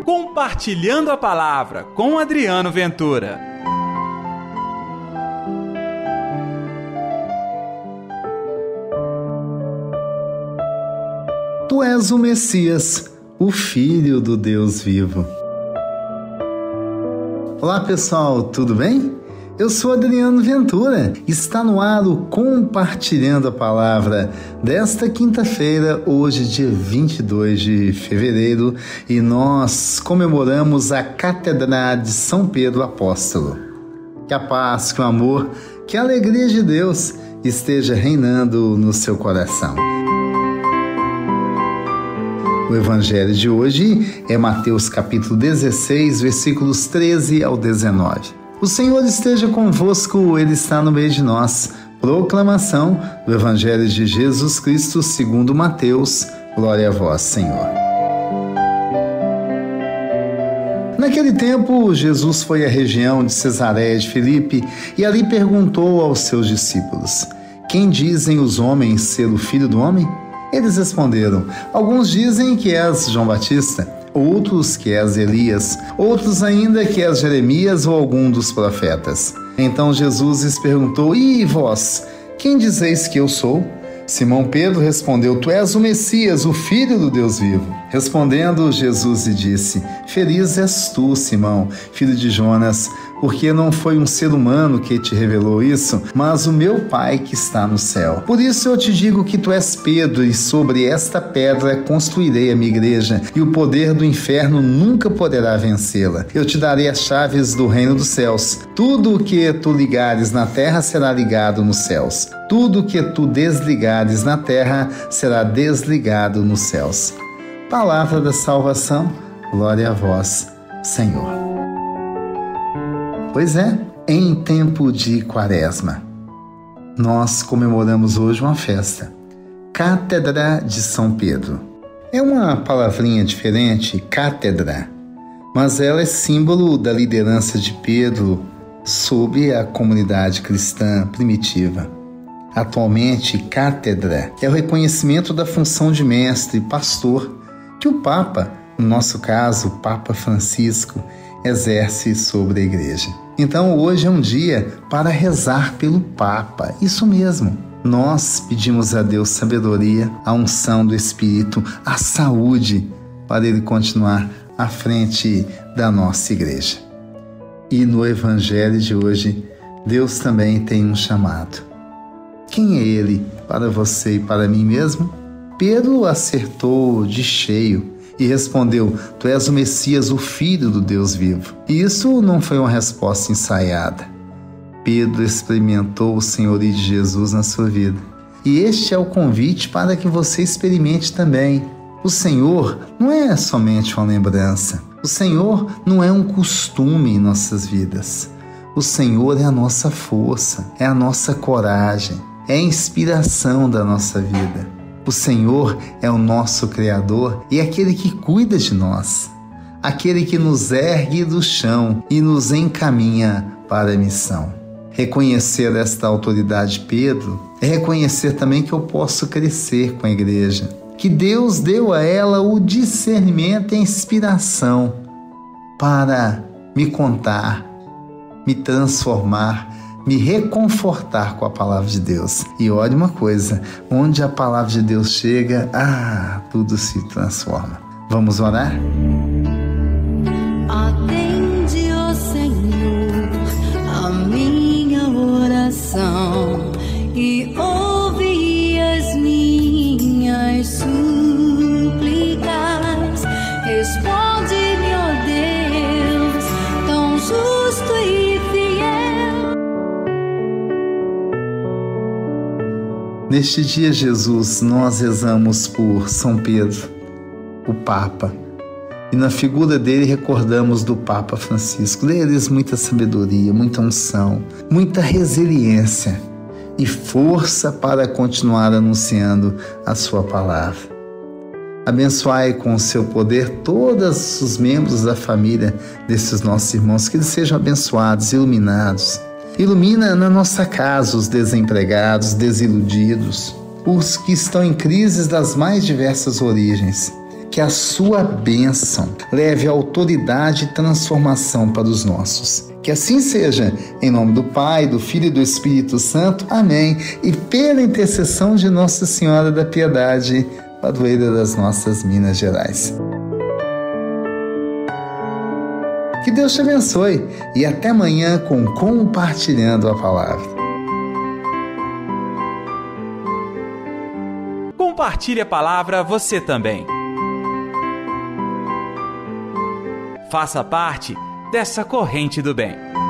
Compartilhando a Palavra com Adriano Ventura. Tu és o Messias, o Filho do Deus vivo. Olá pessoal, tudo bem? Eu sou Adriano Ventura. Está no ar o Compartilhando a Palavra desta quinta-feira, hoje dia 22 de fevereiro, e nós comemoramos a Cátedra de São Pedro Apóstolo. Que a paz, que o amor, que a alegria de Deus esteja reinando no seu coração. O evangelho de hoje é Mateus capítulo 16, versículos 13 ao 19. O Senhor esteja convosco, Ele está no meio de nós. Proclamação do Evangelho de Jesus Cristo segundo Mateus. Glória a vós, Senhor. Naquele tempo, Jesus foi à região de Cesareia de Filipe e ali perguntou aos seus discípulos: Quem dizem os homens ser o Filho do Homem? Eles responderam: Alguns dizem que és João Batista, outros que és Elias, outros ainda que és Jeremias ou algum dos profetas. Então Jesus lhes perguntou: E vós, quem dizeis que eu sou? Simão Pedro respondeu: Tu és o Messias, o Filho do Deus vivo. Respondendo, Jesus lhe disse: Feliz és tu, Simão, filho de Jonas, porque não foi um ser humano que te revelou isso, mas o meu Pai que está no céu. Por isso eu te digo que tu és Pedro, e sobre esta pedra construirei a minha igreja, e o poder do inferno nunca poderá vencê-la. Eu te darei as chaves do reino dos céus. Tudo o que tu ligares na terra será ligado nos céus. Tudo o que tu desligares na terra será desligado nos céus. Palavra da salvação, glória a vós, Senhor. Pois é, em tempo de Quaresma, nós comemoramos hoje uma festa, Cátedra de São Pedro. É uma palavrinha diferente, cátedra, mas ela é símbolo da liderança de Pedro sob a comunidade cristã primitiva. Atualmente, cátedra é o reconhecimento da função de mestre e pastor que o Papa, no nosso caso, o Papa Francisco, exerce sobre a Igreja. Então, hoje é um dia para rezar pelo Papa. Isso mesmo. Nós pedimos a Deus sabedoria, a unção do Espírito, a saúde para Ele continuar à frente da nossa Igreja. E no Evangelho de hoje, Deus também tem um chamado. Quem é Ele para você e para mim mesmo? Pedro acertou de cheio e respondeu: Tu és o Messias, o Filho do Deus vivo. E isso não foi uma resposta ensaiada. Pedro experimentou o senhorio de Jesus na sua vida. E este é o convite para que você experimente também. O Senhor não é somente uma lembrança. O Senhor não é um costume em nossas vidas. O Senhor é a nossa força, é a nossa coragem, é a inspiração da nossa vida. O Senhor é o nosso Criador e aquele que cuida de nós, aquele que nos ergue do chão e nos encaminha para a missão. Reconhecer esta autoridade, Pedro, é reconhecer também que eu posso crescer com a igreja, que Deus deu a ela o discernimento e a inspiração para me contar, me transformar, me reconfortar com a palavra de Deus. E olha uma coisa, onde a palavra de Deus chega, tudo se transforma. Vamos orar? Atende, ó Senhor, a minha oração e ouve as minhas súplicas. Responde-me, ó Deus, tão justo e Neste dia, Jesus, nós rezamos por São Pedro, o Papa, e na figura dele recordamos do Papa Francisco. Dê-lhes muita sabedoria, muita unção, muita resiliência e força para continuar anunciando a sua palavra. Abençoai com o seu poder todos os membros da família desses nossos irmãos, que eles sejam abençoados, iluminados. Ilumina na nossa casa os desempregados, desiludidos, os que estão em crises das mais diversas origens. que a sua bênção leve autoridade e transformação para os nossos. Que assim seja, em nome do Pai, do Filho e do Espírito Santo. Amém. E pela intercessão de Nossa Senhora da Piedade, padroeira das nossas Minas Gerais. Que Deus te abençoe e até amanhã com Compartilhando a Palavra. Compartilhe a palavra você também. Faça parte dessa corrente do bem.